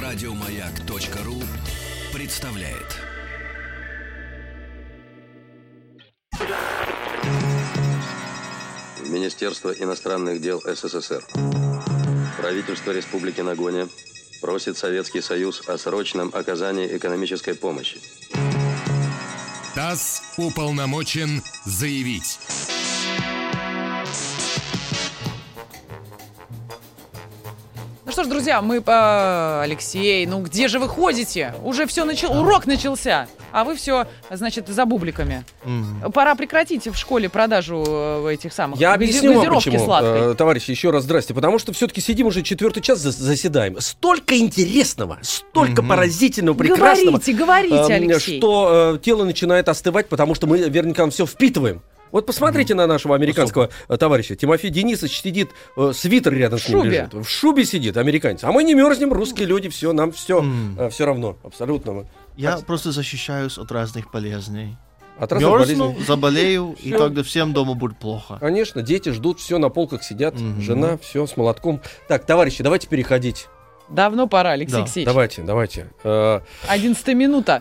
Радиомаяк.ру представляет. Министерство иностранных дел СССР. Правительство Республики Нагоня просит Советский Союз о срочном оказании экономической помощи. ТАСС уполномочен заявить. Ну что ж, друзья, Алексей, ну где же вы ходите? Уже все урок начался, а вы все, значит, за бубликами. Пора прекратить в школе продажу этих самых Я объясню вам газировки почему, сладкой. товарищи, еще раз здрасте. Потому что все-таки сидим уже 4-й час, заседаем. Столько интересного, столько поразительного, прекрасного. Говорите, Алексей. Что тело начинает остывать, потому что мы наверняка все впитываем. Вот посмотрите на нашего американского товарища. Тимофей Денисович сидит, свитер рядом с ним лежит. В шубе сидит, американец. А мы не мерзнем, русские люди, все, нам все равно, абсолютно. Я просто защищаюсь от разных болезней. От разных Мерзну, болезней. заболею, и тогда всем дома будет плохо. Конечно, дети ждут, все на полках сидят, жена, все с молотком. Так, товарищи, давайте переходить. Давно пора, Алексей Алексеевич. Давайте. 11 минута.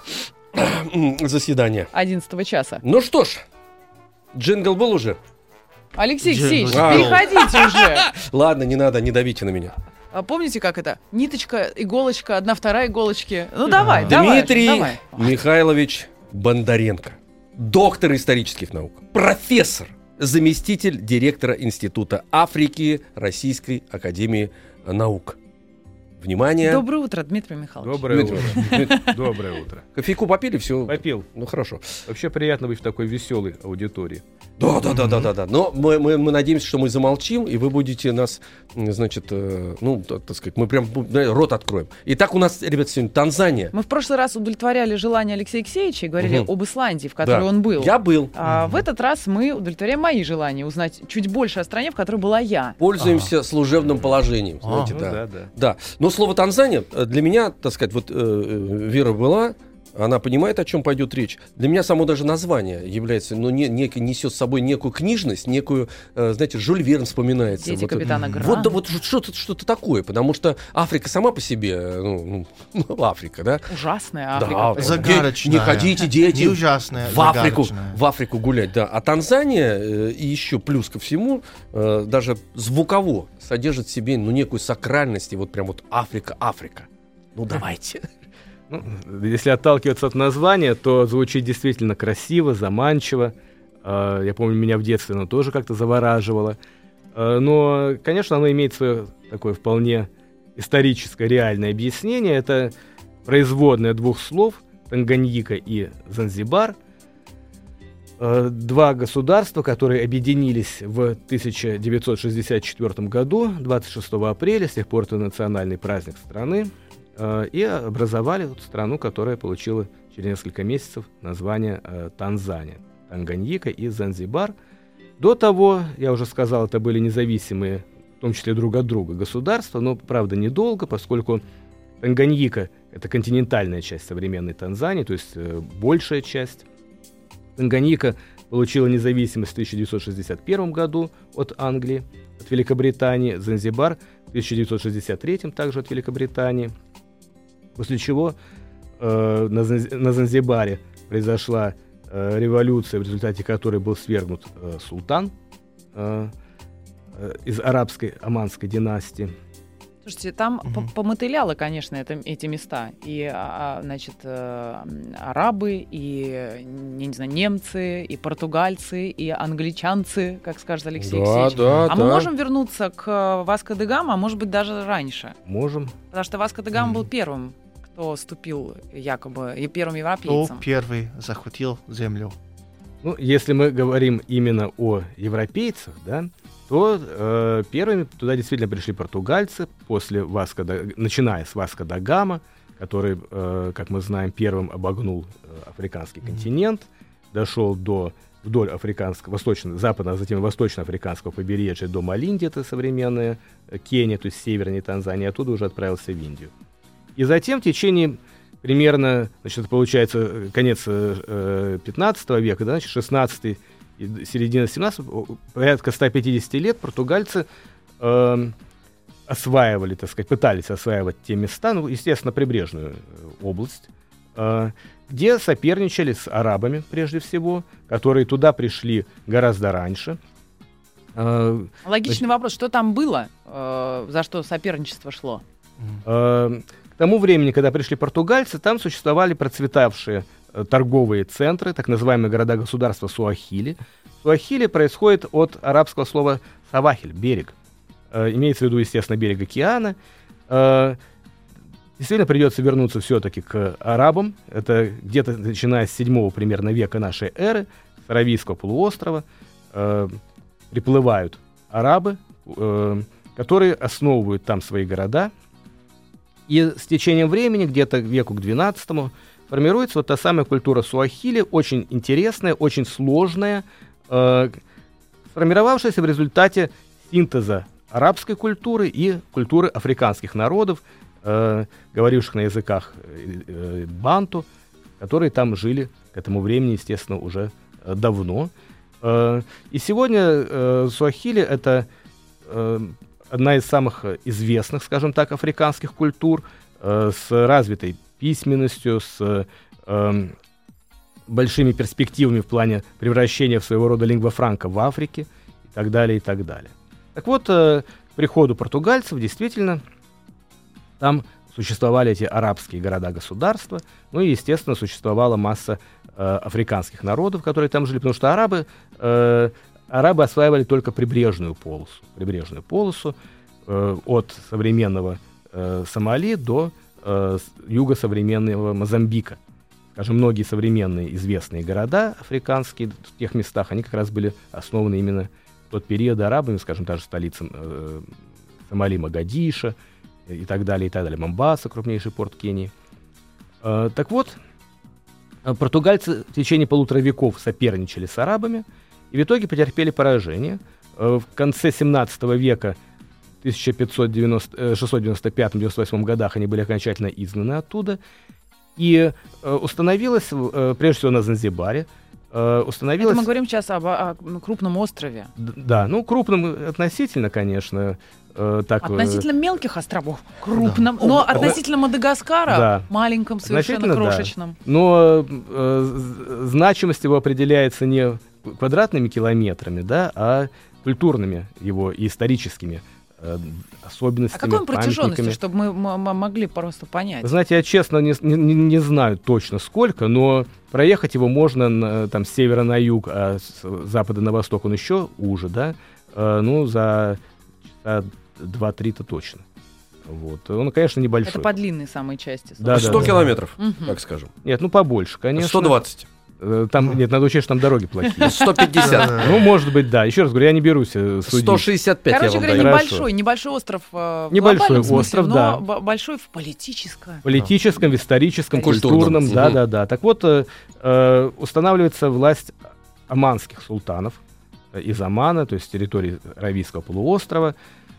Заседание. 11 часа. Ну что ж, джингл был уже? Алексей Алексеевич, Джингл. переходите уже. Ладно, не надо, не давите на меня. А помните, как это? Ниточка, иголочка, одна, вторая иголочки. Ну давай. Дмитрий Михайлович Бондаренко. Доктор исторических наук. Профессор. Заместитель директора Института Африки Российской Академии Наук. Внимание. Доброе утро, Дмитрий Михайлович. Доброе утро. Дмитрий, Доброе утро. кофейку попили, все? Попил. Ну хорошо. Вообще приятно быть в такой веселой аудитории. Да. Но мы надеемся, что мы замолчим, и вы будете нас, значит, так сказать, мы прям рот откроем. Итак, у нас, ребята, сегодня Танзания. Мы в прошлый раз удовлетворяли желание Алексея Алексеевича и говорили об Исландии, в которой он был. Я был. А в этот раз мы удовлетворяем мои желания узнать чуть больше о стране, в которой была я. Пользуемся служебным положением. Знаете, да. Но слово Танзания для меня, так сказать, вот Вера была, она понимает, о чем пойдет речь. Для меня само даже название является, несет с собой некую книжность, некую, знаете, Жюль Верн вспоминается. Дети капитана Гранта. Вот что-то такое, потому что Африка сама по себе, Африка, да? Ужасная Африка. Да, Загадочная. не ходите, дети, Не ужасная, в Африку гулять, да. А Танзания, и еще плюс ко всему, даже звуково содержит в себе, некую сакральность, и вот прям вот Африка. Ну, давайте. Если отталкиваться от названия, то звучит действительно красиво, заманчиво. Я помню, меня в детстве оно тоже как-то завораживало. Но, конечно, оно имеет свое такое вполне историческое, реальное объяснение. Это производное двух слов — Танганьика и Занзибар. Два государства, которые объединились в 1964 году, 26 апреля, с тех пор это национальный праздник страны, и образовали страну, которая получила через несколько месяцев название Танзания. Танганьика и Занзибар. До того, я уже сказал, это были независимые, в том числе друг от друга, государства, но, правда, недолго, поскольку Танганьика — это континентальная часть современной Танзании, то есть большая часть. Танганьика получила независимость в 1961 году от Англии, от Великобритании, Занзибар в 1963 также от Великобритании. После чего на Занзибаре произошла революция, в результате которой был свергнут султан из арабской Оманской династии. Слушайте, там помотыляло, конечно, эти места. И, арабы, и, не знаю, немцы, и португальцы, и англичанцы, как скажет Алексей Алексеевич. Мы можем вернуться к Васко де Гама, а может быть, даже раньше? Можем. Потому что Васко де Гама был первым, кто ступил якобы, и первым европейцем. Кто первый захватил землю? Если мы говорим именно о европейцах, да, то первыми туда действительно пришли португальцы, начиная с Васко да Гама, который, как мы знаем, первым обогнул африканский континент, дошел вдоль западного, а затем восточноафриканского побережья до Малинди, это современная Кения, то есть северней Танзании, оттуда уже отправился в Индию. И затем в течение примерно, значит, получается, конец 15 века, да, 16 и середина 17, порядка 150 лет португальцы осваивали, так сказать, пытались осваивать те места, ну, естественно, прибрежную область, где соперничали с арабами, прежде всего, которые туда пришли гораздо раньше. Логичный вопрос, что там было, за что соперничество шло? К тому времени, когда пришли португальцы, там существовали процветавшие торговые центры, так называемые города-государства Суахили. Суахили происходит от арабского слова «савахиль» — берег. Имеется в виду, естественно, берег океана. Действительно, придется вернуться все-таки к арабам. Это где-то начиная с 7 примерно века нашей эры, с Аравийского полуострова, приплывают арабы, которые основывают там свои города. И с течением времени, где-то к веку к 12-му, формируется вот та самая культура суахили, очень интересная, очень сложная, сформировавшаяся в результате синтеза арабской культуры и культуры африканских народов, говоривших на языках банту, которые там жили к этому времени, естественно, уже давно. И сегодня суахили — это одна из самых известных, скажем так, африканских культур, с развитой письменностью, с большими перспективами в плане превращения в своего рода лингва франка в Африке и так далее, и так далее. Так вот, к приходу португальцев действительно там существовали эти арабские города-государства, ну и, естественно, существовала масса африканских народов, которые там жили, потому что арабы осваивали только прибрежную полосу от современного Сомали до юга современного Мозамбика. Скажем, многие современные известные города африканские в тех местах, они как раз были основаны именно в тот период арабами, скажем, та же столица Сомали Могадишо и так далее, Момбаса, крупнейший порт Кении. Так вот, португальцы в течение 1,5 веков соперничали с арабами и в итоге потерпели поражение. В конце 17 века, в 1695-98 годах, они были окончательно изгнаны оттуда. И установилось, прежде всего на Занзибаре, установилось... Это мы говорим сейчас о крупном острове. Да, ну, крупном относительно, конечно. Относительно мелких островов крупном, но относительно Мадагаскара маленьком, совершенно крошечном. Да. Но значимость его определяется не квадратными километрами, да, а культурными его и историческими особенностями, а какой протяженностью, чтобы мы могли просто понять? Вы знаете, я честно не знаю точно сколько, но проехать его можно там, с севера на юг, а с запада на восток он еще уже, да, ну, за часа 2-3-то точно. Вот. Он, конечно, небольшой. Это по длинной самой части. Да, 100 километров, так скажем. Нет, ну побольше, конечно. 120. Там, нет, надо учесть, что там дороги плохие. 150. Ну, может быть, да. Еще раз говорю, я не берусь судить. 165, короче говоря, небольшой остров в глобальном смысле, но большой в политическом, в историческом, культурном. Да. Так вот, устанавливается власть оманских султанов из Омана, то есть территории Аравийского полуострова.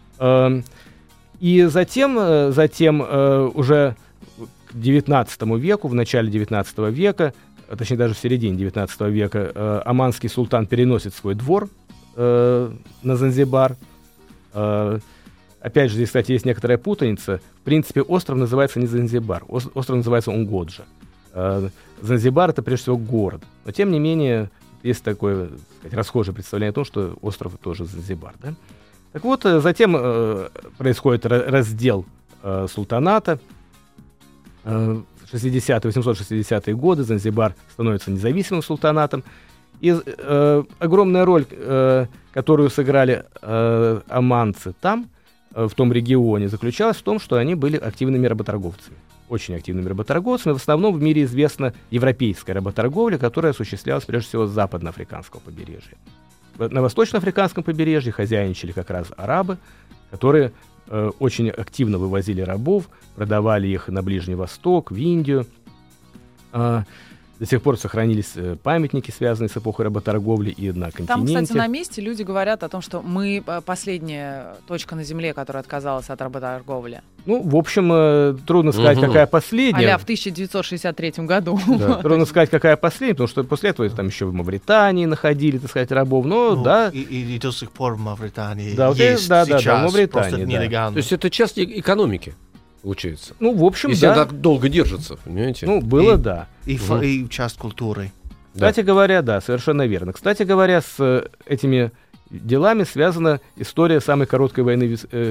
И затем уже к XIX веку, в начале XIX века, точнее даже в середине XIX века, оманский султан переносит свой двор на Занзибар. Опять же, здесь, кстати, есть некоторая путаница. В принципе, остров называется не Занзибар, остров называется Унгаджа. Занзибар — это прежде всего город. Но, тем не менее, есть такое, так сказать, расхожее представление о том, что остров тоже Занзибар. Да? Так вот, затем происходит раздел султаната. В 860-е годы Занзибар становится независимым султанатом. И огромная роль, которую сыграли оманцы там, в том регионе, заключалась в том, что они были активными работорговцами. Очень активными работорговцами. В основном в мире известна европейская работорговля, которая осуществлялась прежде всего с западноафриканского побережья. На восточноафриканском побережье хозяйничали как раз арабы, которые очень активно вывозили рабов, продавали их на Ближний Восток, в Индию. До сих пор сохранились памятники, связанные с эпохой работорговли и на континенте. Там, кстати, на месте люди говорят о том, что мы последняя точка на Земле, которая отказалась от работорговли. Ну, в общем, трудно сказать, какая последняя. А-ля в 1963 году. Да, трудно сказать, какая последняя, потому что после этого там еще в Мавритании находили, так сказать, рабов. Но, да. И до сих пор в Мавритании да, есть да, сейчас, в Мавритании, просто нелегально. То есть это часть экономики, получается. Ну, в общем, если она так долго держится, понимаете? Ну, было, да. И часть культуры. Кстати говоря, да, совершенно верно. Кстати говоря, с этими делами связана история самой короткой войны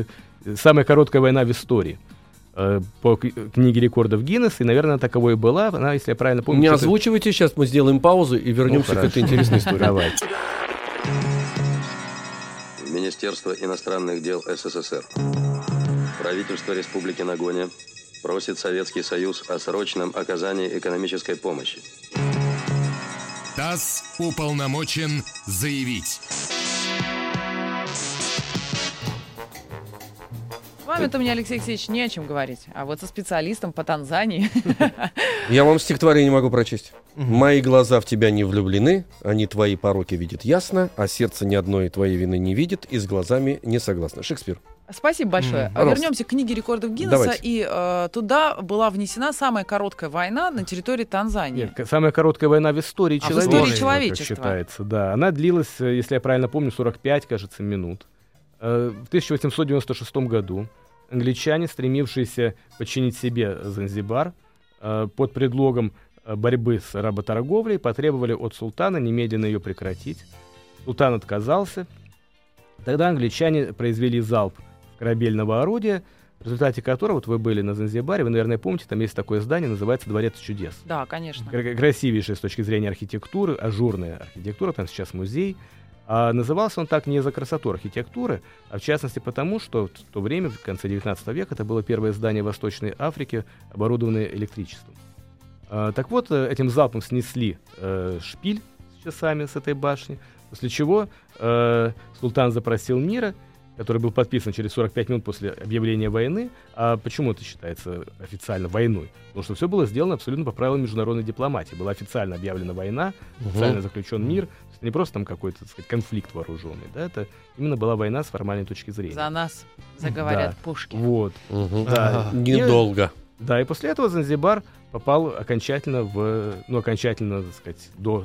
в истории. По книге рекордов Гиннесса, и, наверное, таковой и была. Она, если я правильно помню... Не озвучивайте, сейчас мы сделаем паузу и вернемся к этой интересной истории. Давайте. Министерство иностранных дел СССР. Правительство Республики Нагоня просит Советский Союз о срочном оказании экономической помощи. ТАСС уполномочен заявить. С вами-то мне, Алексей Алексеевич, не о чем говорить. А вот со специалистом по Танзании... Я вам стихотворение могу прочесть. «Мои глаза в тебя не влюблены, они твои пороки видят ясно, а сердце ни одной твоей вины не видит и с глазами не согласно». Шекспир. Спасибо большое. Вернемся к книге рекордов Гиннесса. Давайте. И туда была внесена самая короткая война на территории Танзании. Нет, самая короткая война в истории человечества. В истории человечества. Считается, да. Она длилась, если я правильно помню, 45, кажется, минут. В 1896 году англичане, стремившиеся подчинить себе Занзибар, под предлогом борьбы с работорговлей, потребовали от султана немедленно ее прекратить. Султан отказался. Тогда англичане произвели залп корабельного орудия, в результате которого, вот вы были на Занзибаре, вы, наверное, помните, там есть такое здание, называется «Дворец чудес». Да, конечно. Красивейшая с точки зрения архитектуры, ажурная архитектура, там сейчас музей. А назывался он так не за красоту архитектуры, а в частности потому, что в то время, в конце 19 века, это было первое здание в Восточной Африке, оборудованное электричеством. Так вот, этим залпом снесли шпиль с часами с этой башни, после чего султан запросил мира, который был подписан через 45 минут после объявления войны. А почему это считается официально войной? Потому что все было сделано абсолютно по правилам международной дипломатии. Была официально объявлена война, официально заключен мир. То есть не просто там какой-то, так сказать, конфликт вооруженный. Да? Это именно была война с формальной точки зрения. За нас заговорят пушки. Вот. Да. Недолго. Да, и после этого Занзибар попал окончательно, так сказать, до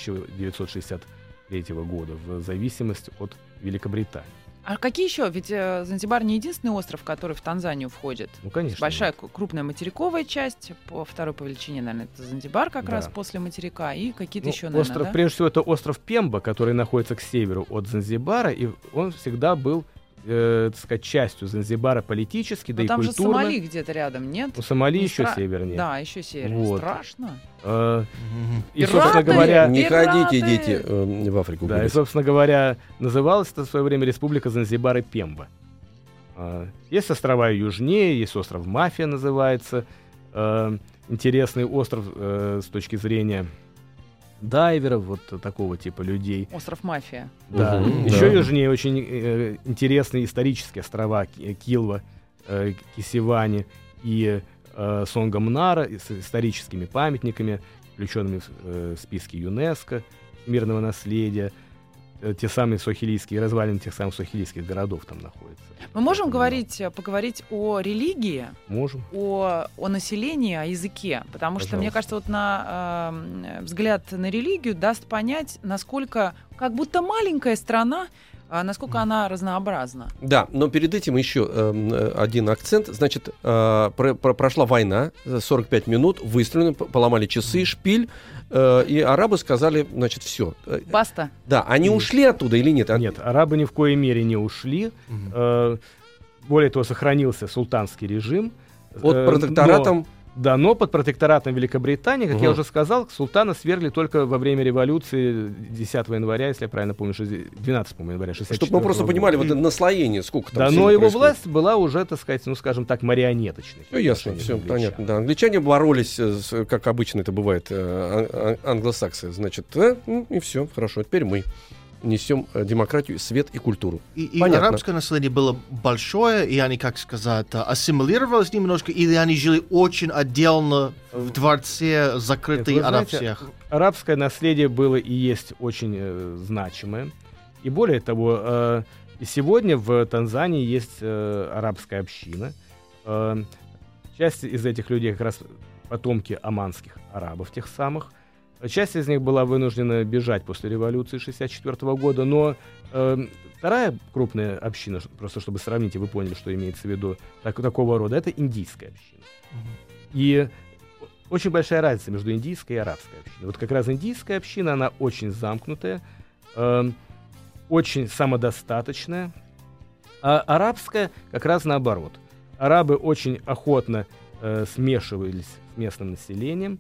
1963 года в зависимость от Великобритании. А какие еще? Ведь Занзибар не единственный остров, который в Танзанию входит. Ну, конечно. Большая, крупная материковая часть, второй по величине, наверное, это Занзибар как раз после материка, и какие-то еще, наверное, остров, да? Прежде всего, это остров Пемба, который находится к северу от Занзибара, и он всегда был, так сказать, частью Занзибара политически, да и культурно. Там же Сомали где-то рядом, нет? У Сомали еще севернее. Да, еще севернее. Вот. Страшно. И, собственно говоря... Не ходите, дети, в Африку. Да, и, собственно говоря, называлась это в свое время Республика Занзибар и Пемба. Есть острова южнее, есть остров Мафия называется. Интересный остров с точки зрения дайверов, вот такого типа людей. Остров Мафия. Да. Еще южнее очень интересные исторические острова Килва, Кисивани и Сонгомнара с историческими памятниками, включенными в списки ЮНЕСКО, мирного наследия. Те самые сохилийские, развалины тех самых сохилийских городов там находятся. Мы можем поговорить о религии, можем. О населении, о языке, потому что, мне кажется, вот на взгляд на религию даст понять, насколько как будто маленькая страна, насколько она разнообразна. Да, но перед этим еще один акцент. Значит, прошла война, 45 минут, выстрелили, поломали часы, шпиль, и арабы сказали, значит, все. Баста. Да, они ушли оттуда или нет? Нет, арабы ни в коей мере не ушли. Более того, сохранился султанский режим. Под протекторатом... Да, но под протекторатом Великобритании, как я уже сказал, султана свергли только во время революции 10 января, если я правильно помню, 12 января 1964 Чтобы мы просто понимали вот это наслоение, сколько там. Да, но его власть была уже, так сказать, ну, скажем так, марионеточной. Ну, ясно, все понятно. Да. Англичане боролись, как обычно это бывает, англосаксы, значит, и все, хорошо, теперь мы. несем демократию, свет и культуру. И арабское население было большое, и они, как сказать, ассимилировались немножко, или они жили очень отдельно в дворце, закрытые ото всех? Арабское наследие было и есть очень значимое. И более того, и сегодня в Танзании есть арабская община. Часть из этих людей как раз потомки оманских арабов, тех самых. Часть из них была вынуждена бежать после революции 1964 года, но вторая крупная община, просто чтобы сравнить, и вы поняли, что имеется в виду такого рода, это индийская община. И очень большая разница между индийской и арабской общиной. Вот как раз индийская община, она очень замкнутая, очень самодостаточная, а арабская как раз наоборот. Арабы очень охотно смешивались с местным населением.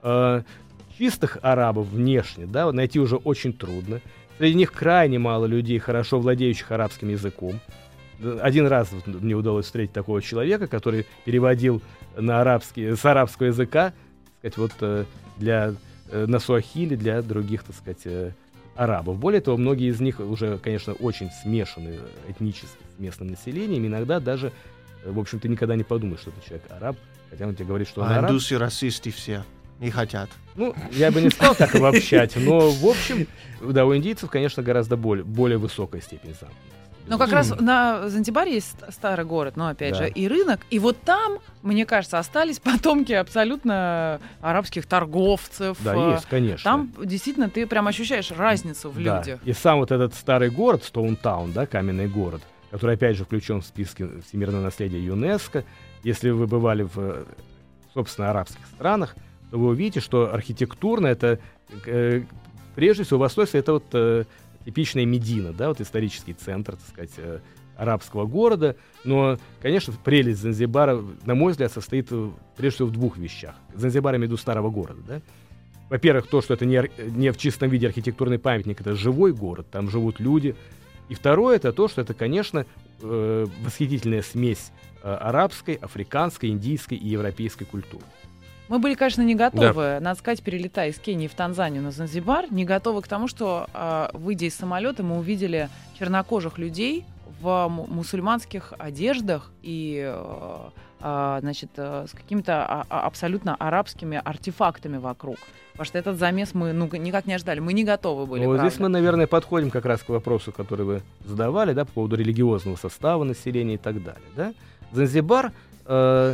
Чистых арабов внешне, да, найти уже очень трудно. Среди них крайне мало людей, хорошо владеющих арабским языком. Один раз мне удалось встретить такого человека, который переводил на арабский, с арабского языка, так сказать, вот, на суахили для других, так сказать, арабов. Более того, многие из них уже, конечно, очень смешаны этнически с местным населением. Иногда даже, в общем, ты никогда не подумаешь, что это человек араб, хотя он тебе говорит, что он араб. Индусы, расисты все. Не хотят. Ну, я бы не стал так обобщать, но, в общем, да, у индийцев, конечно, гораздо более высокая степень замкнутости. Ну, как раз на Занзибаре есть старый город, но, опять же, и рынок. И вот там, мне кажется, остались потомки абсолютно арабских торговцев. Да, есть, конечно. Там действительно ты прям ощущаешь разницу в людях. И сам вот этот старый город, Стоунтаун, да, каменный город, который, опять же, включен в списки всемирного наследия ЮНЕСКО. Если вы бывали в, собственно, арабских странах, то вы увидите, что архитектурно это, прежде всего, в основе это вот типичная Медина, да, вот исторический центр, так сказать, арабского города. Но, конечно, прелесть Занзибара, на мой взгляд, состоит прежде всего в двух вещах. Занзибар, я имею в виду старого города, да. Во-первых, то, что это не в чистом виде архитектурный памятник, это живой город, там живут люди. И второе, это то, что это, конечно, восхитительная смесь арабской, африканской, индийской и европейской культуры. Мы были, конечно, не готовы, надо сказать, перелетая из Кении в Танзанию на Занзибар, не готовы к тому, что, выйдя из самолета, мы увидели чернокожих людей в мусульманских одеждах и, значит, с какими-то абсолютно арабскими артефактами вокруг. Потому что этот замес мы никак не ожидали, мы не готовы были. Ну, здесь мы, наверное, подходим как раз к вопросу, который вы задавали, да, по поводу религиозного состава населения и так далее. Да? Занзибар на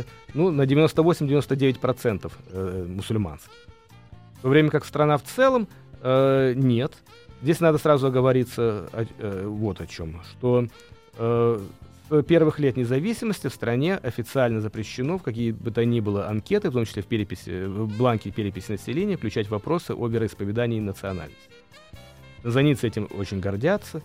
98-99% мусульманский. В то время как страна в целом нет. Здесь надо сразу оговориться вот о чем, что с первых лет независимости в стране официально запрещено в какие бы то ни было анкеты, в том числе в бланке переписи населения, включать вопросы о вероисповедании и национальности. Танзанийцы этим очень гордятся.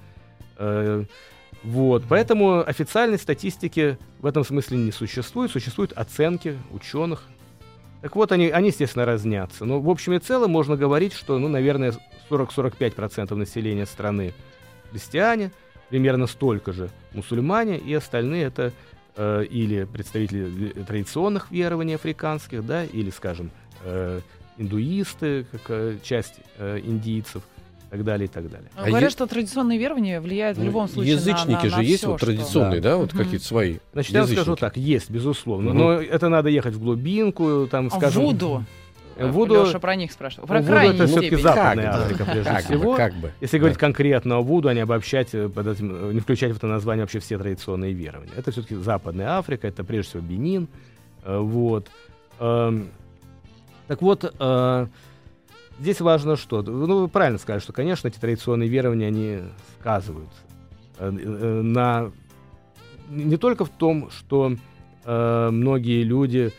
Вот, поэтому официальной статистики в этом смысле не существует. Существуют оценки ученых. Так вот, они естественно, разнятся. Но в общем и целом можно говорить, что, наверное, 40-45% населения страны христиане, примерно столько же мусульмане, и остальные это или представители традиционных верований африканских, да, или, скажем, индуисты, как часть индийцев. И так далее, и так далее. Говорят, что традиционные верования влияют в любом случае язычники на же есть все, вот традиционные, да, вот какие-то свои. Значит, я скажу так, есть, безусловно. Но это надо ехать в глубинку, там, скажем... Вуду? Леша про них спрашивал. Про Вуду это все-таки Западная Африка, прежде всего. бы. Если говорить конкретно о Вуду, а не обобщать, не включать в это название вообще все традиционные верования. Это все-таки Западная Африка, это прежде всего Бенин. Вот. Так вот... Здесь важно что? Вы правильно сказали, что, конечно, эти традиционные верования, они сказываются не только в том, что многие люди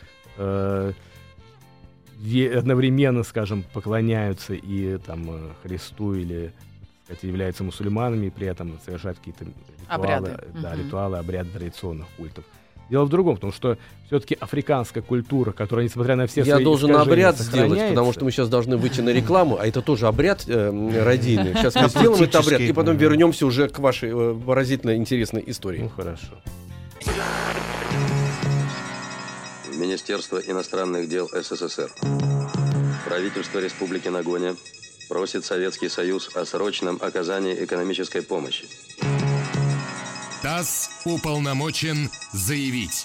одновременно, скажем, поклоняются и там Христу или, кстати, являются мусульманами, и при этом совершают какие-то ритуалы, обряды традиционных культов. Дело в другом, потому что все-таки африканская культура, которая, несмотря на все свои Я должен обряд сделать, потому сохраняется. что мы сейчас должны выйти на рекламу, а это тоже обряд родильный. Сейчас мы сделаем этот обряд, и потом вернемся уже к вашей поразительно интересной истории. Ну, хорошо. Министерство иностранных дел СССР. Правительство Республики Нагоня Просит Советский Союз о срочном оказании экономической помощи. ТАСС уполномочен заявить.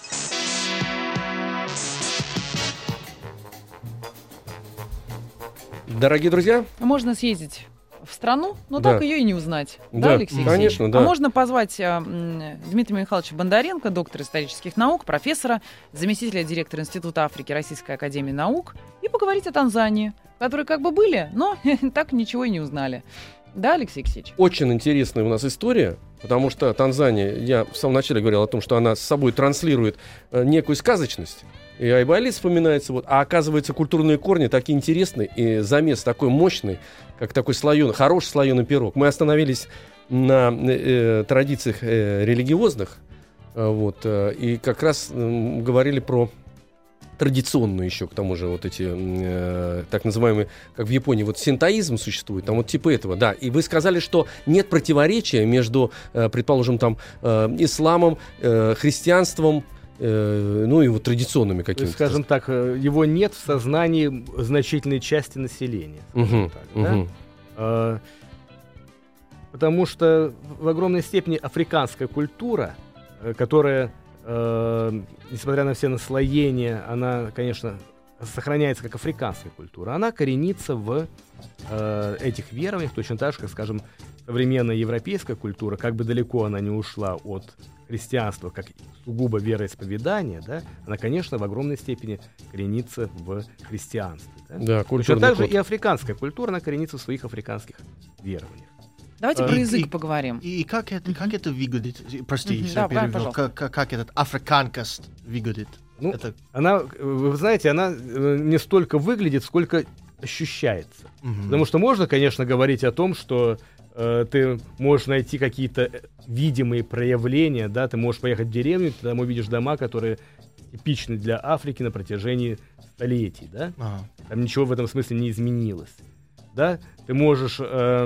Дорогие друзья, Можно съездить в страну, но Да. так ее и не узнать. Да, Алексей конечно, Алексеевич? да. А можно позвать Дмитрия Михайловича Бондаренко, доктора исторических наук, профессора, заместителя директора Института Африки Российской академии наук, и поговорить о Танзании, которые как бы были, но так ничего и не узнали. Да, Алексей Алексеевич? очень интересная у нас история, потому что Танзания, я в самом начале говорил о том, что она с собой транслирует некую сказочность. И Айболит вспоминается, вот, а оказывается, культурные корни такие интересные, и замес такой мощный, как такой хороший слоеный пирог. Мы остановились на традициях религиозных, и как раз говорили про традиционную еще, к тому же, вот эти так называемые, как в Японии, вот синтоизм существует, там вот типа этого, да. И вы сказали, что нет противоречия между, предположим, там, исламом, христианством, ну и вот традиционными какими-то. Скажем так, его нет в сознании значительной части населения. Мгм, Так, да? мгм. Потому что в огромной степени африканская культура, которая, несмотря на все наслоения, она, конечно, сохраняется как африканская культура, она коренится в этих верованиях, точно так же, как, скажем, современная европейская культура, как бы далеко она не ушла от христианства, как сугубо вероисповедание, да, она, конечно, в огромной степени коренится в христианстве. Да? Да, Точно культурный так же код. и африканская культура, она коренится в своих африканских верованиях. Давайте И- про язык и- поговорим. И как это выглядит? Прости, Мгм, если да, я перебил. пожалуйста. Как этот африканкость выглядит? Ну, Это- она, вы знаете, она не столько выглядит, сколько ощущается. Мгм. Потому что можно, конечно, говорить о том, что ты можешь найти какие-то видимые проявления, да, ты можешь поехать в деревню, ты там увидишь дома, которые типичны для Африки на протяжении столетий, да, Ага. там ничего в этом смысле не изменилось, да, ты можешь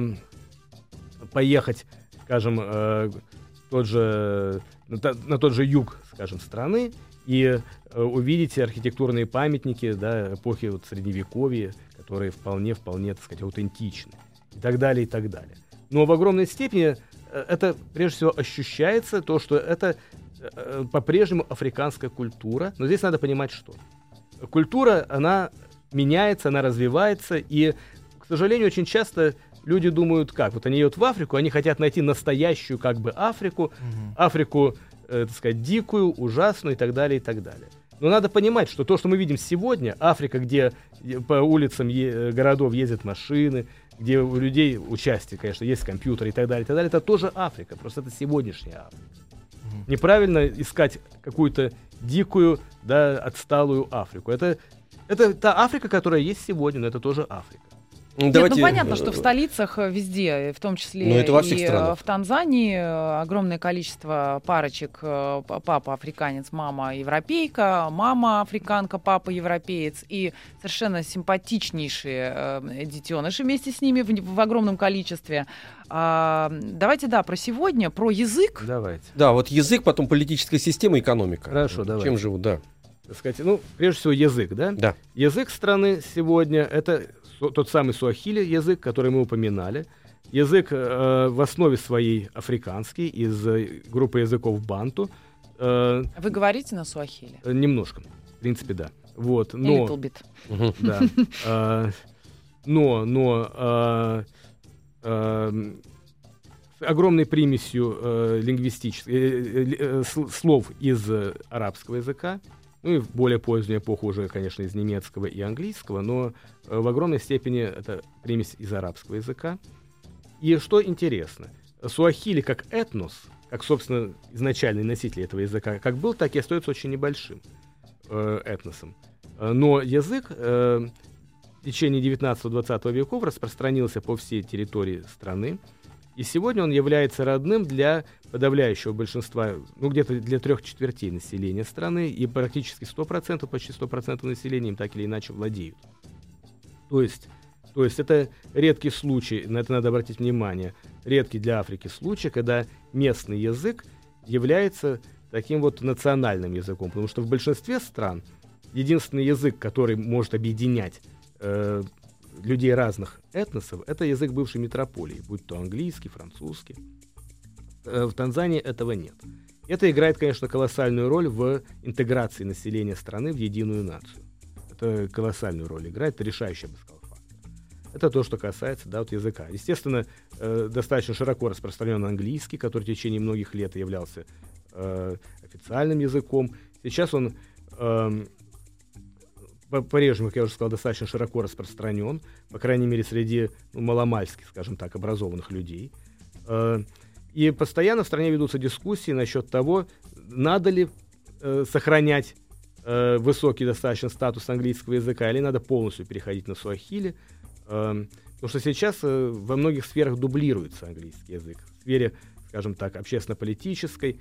поехать, скажем, на тот же юг, скажем, страны и увидеть архитектурные памятники, да, эпохи вот Средневековья, которые вполне, так сказать, аутентичны, и так далее, и так далее. Но в огромной степени это, прежде всего, ощущается, то, что это по-прежнему африканская культура. Но здесь надо понимать, что культура, она меняется, она развивается, и, к сожалению, очень часто люди думают, как, вот они едут в Африку, они хотят найти настоящую, как бы, Африку, Африку, так сказать, дикую, ужасную и так далее, и так далее. Но надо понимать, что то, что мы видим сегодня, Африка, где по улицам городов ездят машины, где у людей участие, конечно, есть компьютеры и так далее, это тоже Африка, просто это сегодняшняя Африка. Неправильно искать какую-то дикую, да, отсталую Африку. Это та Африка, которая есть сегодня, но это тоже Африка. Нет, ну понятно, что в столицах везде, в том числе Ну, это во всех и странах. в Танзании, огромное количество парочек: папа африканец, мама европейка, мама африканка, папа европеец, и совершенно симпатичнейшие детеныши вместе с ними в огромном количестве. Давайте, да, про сегодня, про язык. Давайте. Да, вот язык, потом политическая система, экономика. Хорошо, давайте. Чем живут, да. Так сказать, ну, прежде всего, язык, да? Да. Язык страны сегодня — это тот самый суахили язык, который мы упоминали. Язык в основе своей африканский, из группы языков банту. Вы говорите на суахили? Немножко, в принципе, да. Вот, A но... little bit. Да. Но с огромной примесью лингвистических слов из арабского языка, ну и в более позднюю эпоху уже, конечно, из немецкого и английского, но в огромной степени это примесь из арабского языка. И что интересно, суахили как этнос, как, собственно, изначальный носитель этого языка, как был, так и остается очень небольшим этносом. Но язык в течение 19-20 веков распространился по всей территории страны. И сегодня он является родным для подавляющего большинства, ну где-то для 3/4 населения страны, и практически 100%, почти 100% населения им так или иначе владеют. То есть это редкий случай, на это надо обратить внимание, редкий для Африки случай, когда местный язык является таким вот национальным языком, потому что в большинстве стран единственный язык, который может объединять людей разных этносов, это язык бывшей метрополии, будь то английский, французский. В Танзании этого нет. Это играет, конечно, колоссальную роль в интеграции населения страны в единую нацию. Это колоссальную роль играет, это решающий, я бы сказал, фактор. Это то, что касается, да, вот языка. Естественно, достаточно широко распространен английский, который в течение многих лет являлся официальным языком. Сейчас он по-прежнему, как я уже сказал, достаточно широко распространен, по крайней мере, среди маломальски, скажем так, образованных людей. И постоянно в стране ведутся дискуссии насчет того, надо ли сохранять высокий достаточно статус английского языка, или надо полностью переходить на суахили. Потому что сейчас во многих сферах дублируется английский язык. В сфере, скажем так, общественно-политической,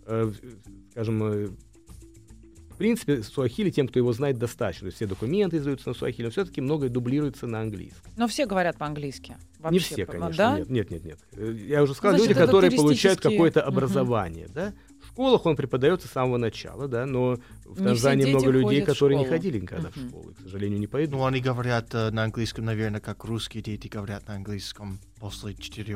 скажем, в принципе, суахили тем, кто его знает, достаточно. То есть все документы издаются на суахили, но все-таки многое дублируется на английском. Но все говорят по-английски. Вообще, не все, конечно, да? Нет. Я уже сказал, люди, которые получают какое-то образование, да? В школах он преподается с самого начала, да, но в Танзании много людей, которые не ходили никогда в школу, и, к сожалению, не пойдут. Ну, они говорят на английском, наверное, как русские дети говорят на английском после 4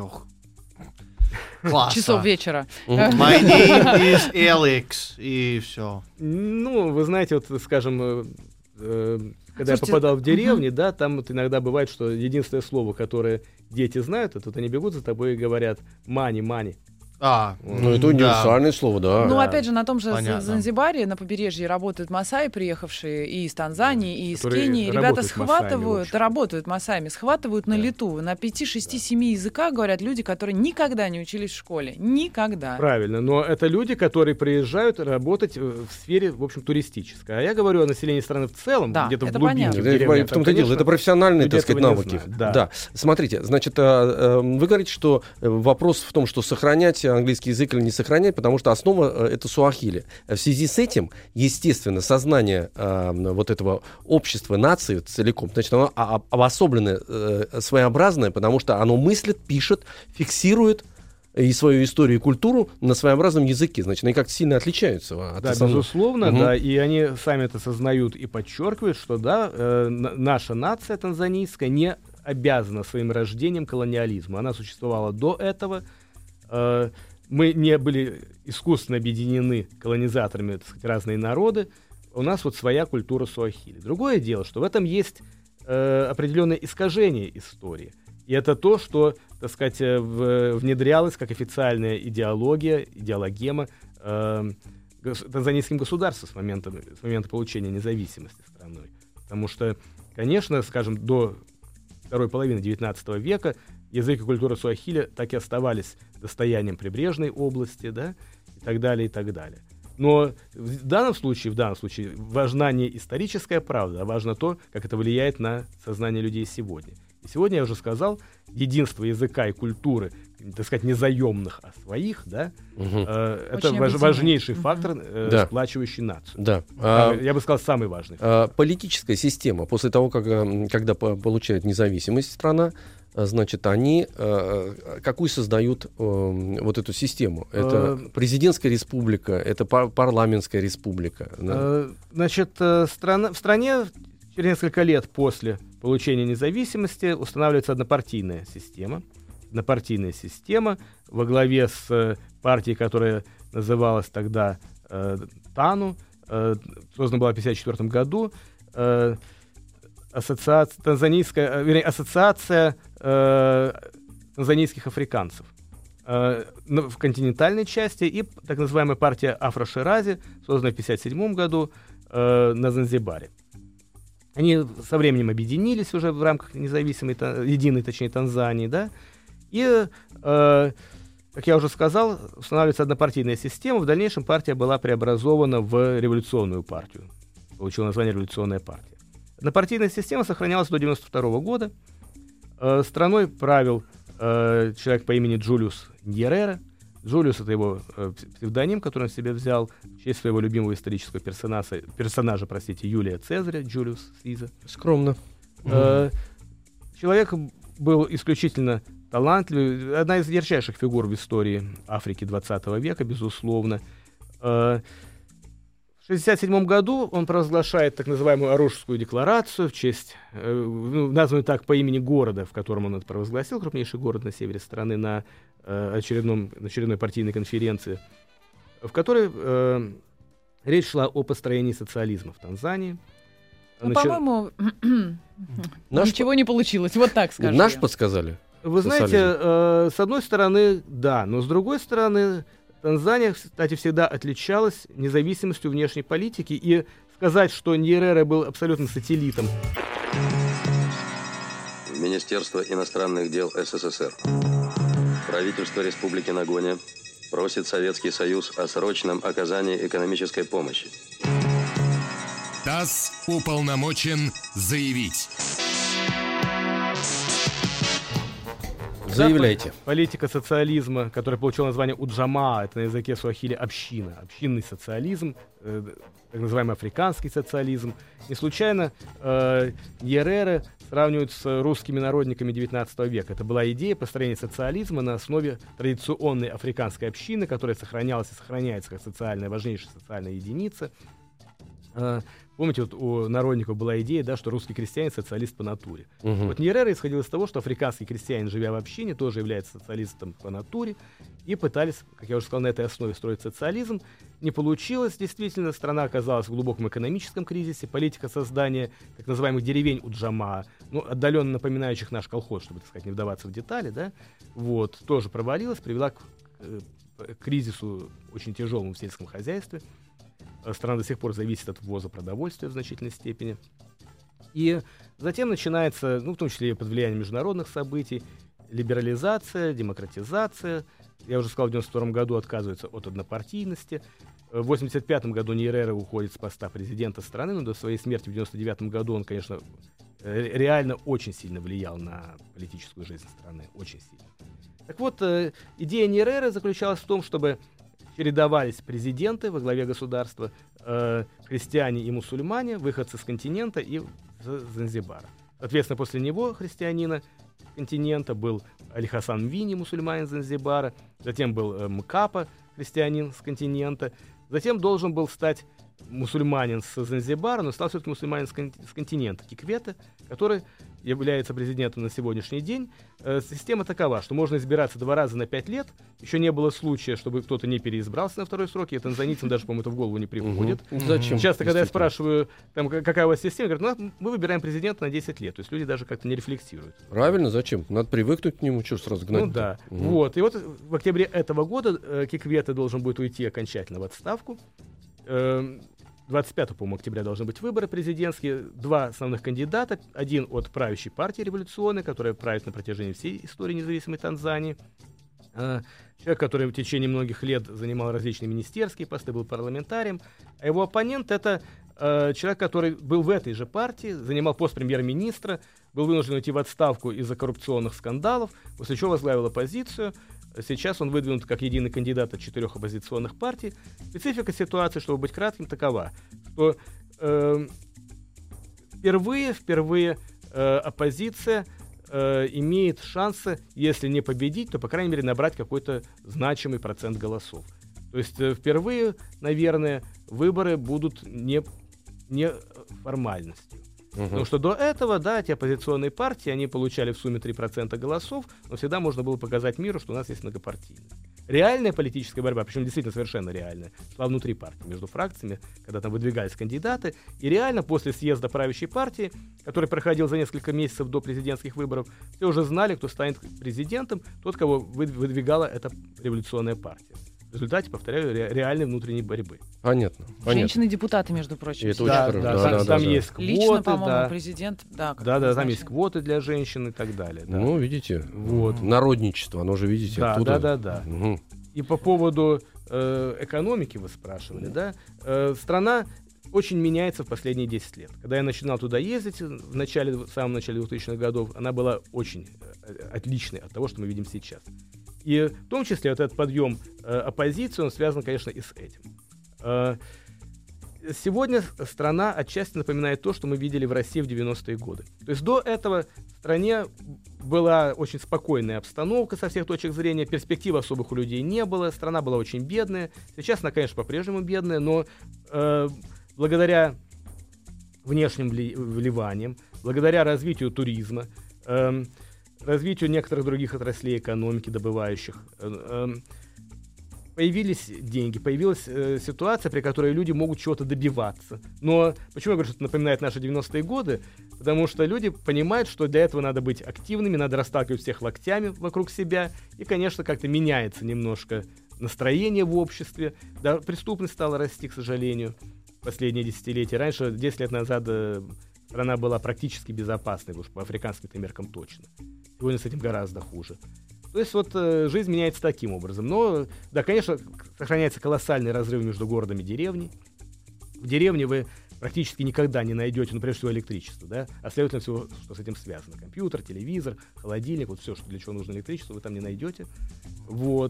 класса. Часов вечера. My name is Alex, и все. Ну, вы знаете, вот, скажем, когда я попадал в деревни, да, там вот иногда бывает, что единственное слово, которое дети знают, это вот они бегут за тобой и говорят «мани». Ну, это универсальное слово, да. Ну, опять же, на том же Занзибаре, на побережье, работают масаи, приехавшие и из Танзании, и из Кении. Ребята схватывают, работают масаями, схватывают на лету. На 5, 6, 7 языках говорят люди, которые никогда не учились в школе. Никогда. Правильно, но это люди, которые приезжают работать в сфере, в общем, туристической. А я говорю о населении страны в целом, где-то в глубине. В том-то и дело, это профессиональные, так сказать, навыки. Да. Смотрите, значит, вы говорите, что вопрос в том, что сохранять английский язык или не сохранять, потому что основа это суахили. В связи с этим, естественно, сознание вот этого общества, нации целиком, значит, оно обособленное, своеобразное, потому что оно мыслит, пишет, фиксирует и свою историю и культуру на своеобразном языке. Значит, они как-то сильно отличаются от основного. Безусловно, да, и они сами это сознают и подчеркивают, что да, наша нация танзанийская не обязана своим рождением колониализму. Она существовала до этого. Мы не были искусственно объединены колонизаторами, так сказать, разные народы. У нас вот своя культура суахили. Другое дело, что в этом есть определенное искажение истории. И это то, что, так сказать, внедрялось как официальная идеологема танзанийским государством с момента получения независимости страной. Потому что, конечно, скажем, до второй половины XIX века язык и культура суахили так и оставались достоянием прибрежной области, да, и так далее, и так далее. Но в данном случае важна не историческая правда, а важно то, как это влияет на сознание людей сегодня. И сегодня, я уже сказал, единство языка и культуры, так сказать, не заемных, а своих, да, это важнейший фактор, сплачивающий нацию. Да. Я бы сказал, самый важный фактор. Политическая система, после того, когда получает независимость страна, значит, они какую создают вот эту систему? Это президентская республика, это парламентская республика? Да? Значит, в стране через несколько лет после получения независимости устанавливается однопартийная система. Однопартийная система во главе с партией, которая называлась тогда ТАНУ, создана была в 1954 году, Ассоциация танзанийских африканцев в континентальной части и так называемая партия Афро-Ширази, созданная в 1957 году на Занзибаре. Они со временем объединились уже в рамках независимой, единой, точнее, Танзании, да, и, как я уже сказал, устанавливается однопартийная система. В дальнейшем партия была преобразована в революционную партию, получила название «Революционная партия». Однопартийная система сохранялась до 1992 года. Страной правил человек по имени Джулиус Ньерера. Джулиус — это его псевдоним, который он себе взял в честь своего любимого исторического персонажа, Юлия Цезаря, Джулиус Сиза. Скромно. Человек был исключительно талантливый, одна из ярчайших фигур в истории Африки XX века, безусловно. В В 1967 году он провозглашает так называемую Арушскую декларацию в честь, названную так по имени города, в котором он это провозгласил, крупнейший город на севере страны, на очередной партийной конференции, в которой речь шла о построении социализма в Танзании. По-моему, ничего не получилось, вот так скажем. Наш подсказали? Вы знаете, с одной стороны, да, но с другой стороны, Танзания, кстати, всегда отличалась независимостью внешней политики, и сказать, что Ньерера был абсолютно сателлитом. Министерство иностранных дел СССР. Правительство Республики Нагоня просит Советский Союз о срочном оказании экономической помощи. ТАСС уполномочен заявить. Заявляйте. Политика социализма, которая получила название Уджама, это на языке суахили община, общинный социализм, так называемый африканский социализм. Не случайно Ньерера сравнивают с русскими народниками XIX века. Это была идея построения социализма на основе традиционной африканской общины, которая сохранялась и сохраняется как важнейшая социальная единица. Помните, вот у народников была идея, да, что русский крестьянин социалист по натуре. Вот Ньерера исходил из того, что африканский крестьянин, живя в общине, тоже является социалистом по натуре, и пытались, как я уже сказал, на этой основе строить социализм. Не получилось, действительно, страна оказалась в глубоком экономическом кризисе, политика создания так называемых деревень Уджама, отдаленно напоминающих наш колхоз, чтобы, так сказать, не вдаваться в детали, да, вот, тоже провалилась, привела к кризису очень тяжелому в сельском хозяйстве. Страна до сих пор зависит от ввоза продовольствия в значительной степени. И затем начинается, в том числе и под влиянием международных событий, либерализация, демократизация. Я уже сказал, в 1992 году отказывается от однопартийности. В 1985 году Ньерера уходит с поста президента страны, но до своей смерти в 1999 году он, конечно, реально очень сильно влиял на политическую жизнь страны. Очень сильно. Так вот, идея Ньерера заключалась в том, чтобы чередовались президенты во главе государства, христиане и мусульмане, выходцы с континента и Занзибара. Соответственно, после него, христианина континента, был Али Хасан Мвини, мусульманин Занзибара, затем был Мкапа, христианин с континента, затем должен был стать мусульманин с Занзибара, но стал все-таки мусульманин с континента, Киквете, который является президентом на сегодняшний день. Система такова, что можно избираться 2 раза на 5 лет. Еще не было случая, чтобы кто-то не переизбрался на второй срок, и танзанийцам даже, по-моему, это в голову не приходит. Зачем? Часто, когда я спрашиваю, какая у вас система, говорят, мы выбираем президента на 10 лет. То есть люди даже как-то не рефлексируют. Правильно, зачем? Надо привыкнуть к нему, что сразу гнать. Да. Вот. И вот в октябре этого года Киквете должен будет уйти окончательно в отставку. 25, по-моему, октября должны быть выборы президентские. 2 основных кандидата. Один от правящей партии революционной, которая правит на протяжении всей истории независимой Танзании. Человек, который в течение многих лет занимал различные министерские посты, был парламентарием. А его оппонент — это человек, который был в этой же партии, занимал пост премьер-министра, был вынужден уйти в отставку из-за коррупционных скандалов, после чего возглавил оппозицию. Сейчас он выдвинут как единый кандидат от 4 оппозиционных партий. Специфика ситуации, чтобы быть кратким, такова, что впервые оппозиция имеет шансы, если не победить, то, по крайней мере, набрать какой-то значимый процент голосов. То есть впервые, наверное, выборы будут не формальностью. Потому что до этого, да, эти оппозиционные партии, они получали в сумме 3% голосов, но всегда можно было показать миру, что у нас есть многопартийность. Реальная политическая борьба, причем действительно совершенно реальная, шла внутри партии, между фракциями, когда там выдвигались кандидаты. И реально после съезда правящей партии, который проходил за несколько месяцев до президентских выборов, все уже знали, кто станет президентом, тот, кого выдвигала эта революционная партия. В результате, повторяю, реальной внутренней борьбы. Понятно. Женщины-депутаты, между прочим. Это очень хорошо. Там есть квоты. Лично, по-моему, президент. Да, там есть квоты для женщин и так далее. Да. Ну, видите, вот. Народничество, оно же, видите, оттуда. Да. И по поводу экономики вы спрашивали, да? Страна очень меняется в последние 10 лет. Когда я начинал туда ездить в самом начале 2000-х годов, она была очень отличной от того, что мы видим сейчас. И в том числе вот этот подъем оппозиции, он связан, конечно, и с этим. Сегодня страна отчасти напоминает то, что мы видели в России в 90-е годы. То есть до этого в стране была очень спокойная обстановка со всех точек зрения, перспектив особых у людей не было, страна была очень бедная. Сейчас она, конечно, по-прежнему бедная, но благодаря внешним вливаниям, благодаря развитию туризма, развитию некоторых других отраслей экономики, добывающих, появились деньги, появилась ситуация, при которой люди могут чего-то добиваться. Но почему я говорю, что это напоминает наши 90-е годы? Потому что люди понимают, что для этого надо быть активными, надо расталкивать всех локтями вокруг себя. И, конечно, как-то меняется немножко настроение в обществе. Да, преступность стала расти, к сожалению, в последние десятилетия. Раньше, 10 лет назад, страна была практически безопасной, уж по африканским меркам точно. Сегодня с этим гораздо хуже. То есть вот жизнь меняется таким образом. Но, да, конечно, сохраняется колоссальный разрыв между городом и деревней. В деревне вы практически никогда не найдете, ну, прежде всего, электричество, да, а следовательно, всего, что с этим связано. Компьютер, телевизор, холодильник, вот все, что для чего нужно электричество, вы там не найдете. Вот.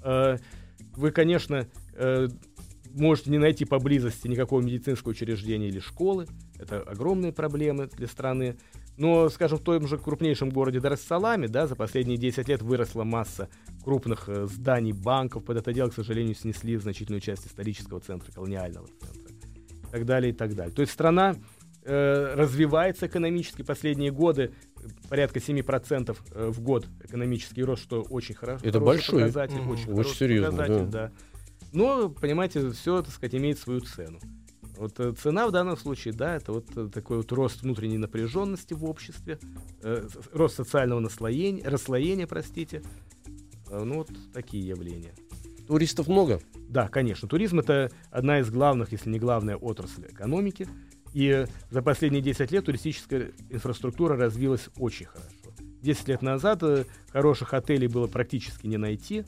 Вы, конечно, можете не найти поблизости никакого медицинского учреждения или школы. Это огромные проблемы для страны. Но, скажем, в том же крупнейшем городе Дар-эс-Саламе, да, за последние 10 лет выросла масса крупных зданий, банков. Под это дело, к сожалению, снесли значительную часть исторического центра, колониального центра. И так далее, и так далее. То есть страна развивается экономически. Последние годы порядка 7% в год экономический рост, что очень хорошо. Это большой показатель, очень серьезно, показатель, да. Но, понимаете, все, так сказать, имеет свою цену. Вот цена в данном случае, да, это вот такой вот рост внутренней напряженности в обществе, рост социального расслоения, простите. Ну, вот такие явления. Туристов много? Да, конечно. Туризм — это одна из главных, если не главная отрасль экономики. И за последние 10 лет туристическая инфраструктура развилась очень хорошо. 10 лет назад хороших отелей было практически не найти.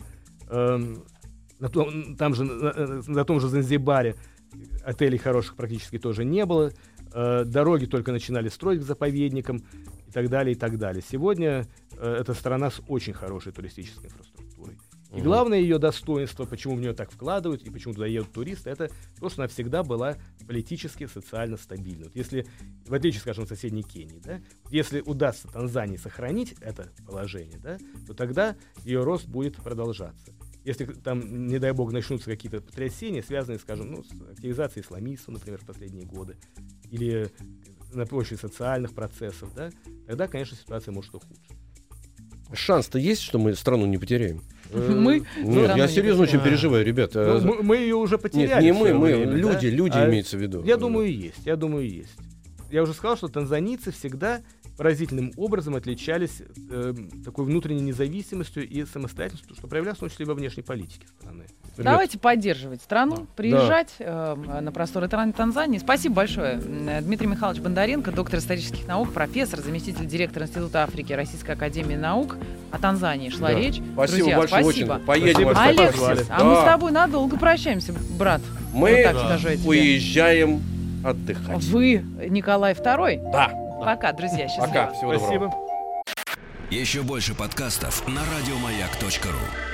На том же Занзибаре отелей хороших практически тоже не было. Дороги только начинали строить к заповедникам и так далее, и так далее. Сегодня это страна с очень хорошей туристической инфраструктурой. И главное ее достоинство, почему в нее так вкладывают и почему туда едут туристы, это то, что она всегда была политически, социально стабильной. Вот если, в отличие, скажем, от соседней Кении, да, если удастся Танзании сохранить это положение, да, то тогда ее рост будет продолжаться. Если там, не дай бог, начнутся какие-то потрясения, связанные, скажем, с активизацией исламистов, например, в последние годы, или на почве социальных процессов, да, тогда, конечно, ситуация может ухудшиться. Шанс-то есть, что мы страну не потеряем? Мы? Нет, я серьезно очень переживаю, ребят. Мы ее уже потеряли. Нет, не мы, люди имеется в виду. Я думаю, есть. Я уже сказал, что танзанийцы всегда поразительным образом отличались такой внутренней независимостью и самостоятельностью, что проявлялось в том числе и во внешней политике страны. Давайте поддерживать страну, приезжать на просторы Танзании. Спасибо большое. Дмитрий Михайлович Бондаренко, доктор исторических наук, профессор, заместитель директора Института Африки Российской академии наук. О Танзании шла речь. Спасибо Друзья, большое. спасибо. Поедем. Алексис, мы с тобой надолго прощаемся, брат. Мы уезжаем отдыхать. Вы Николай II? Да. Пока, друзья. Счастливо. Пока. Всего доброго. Спасибо. Еще больше подкастов на радиомаяк.ру.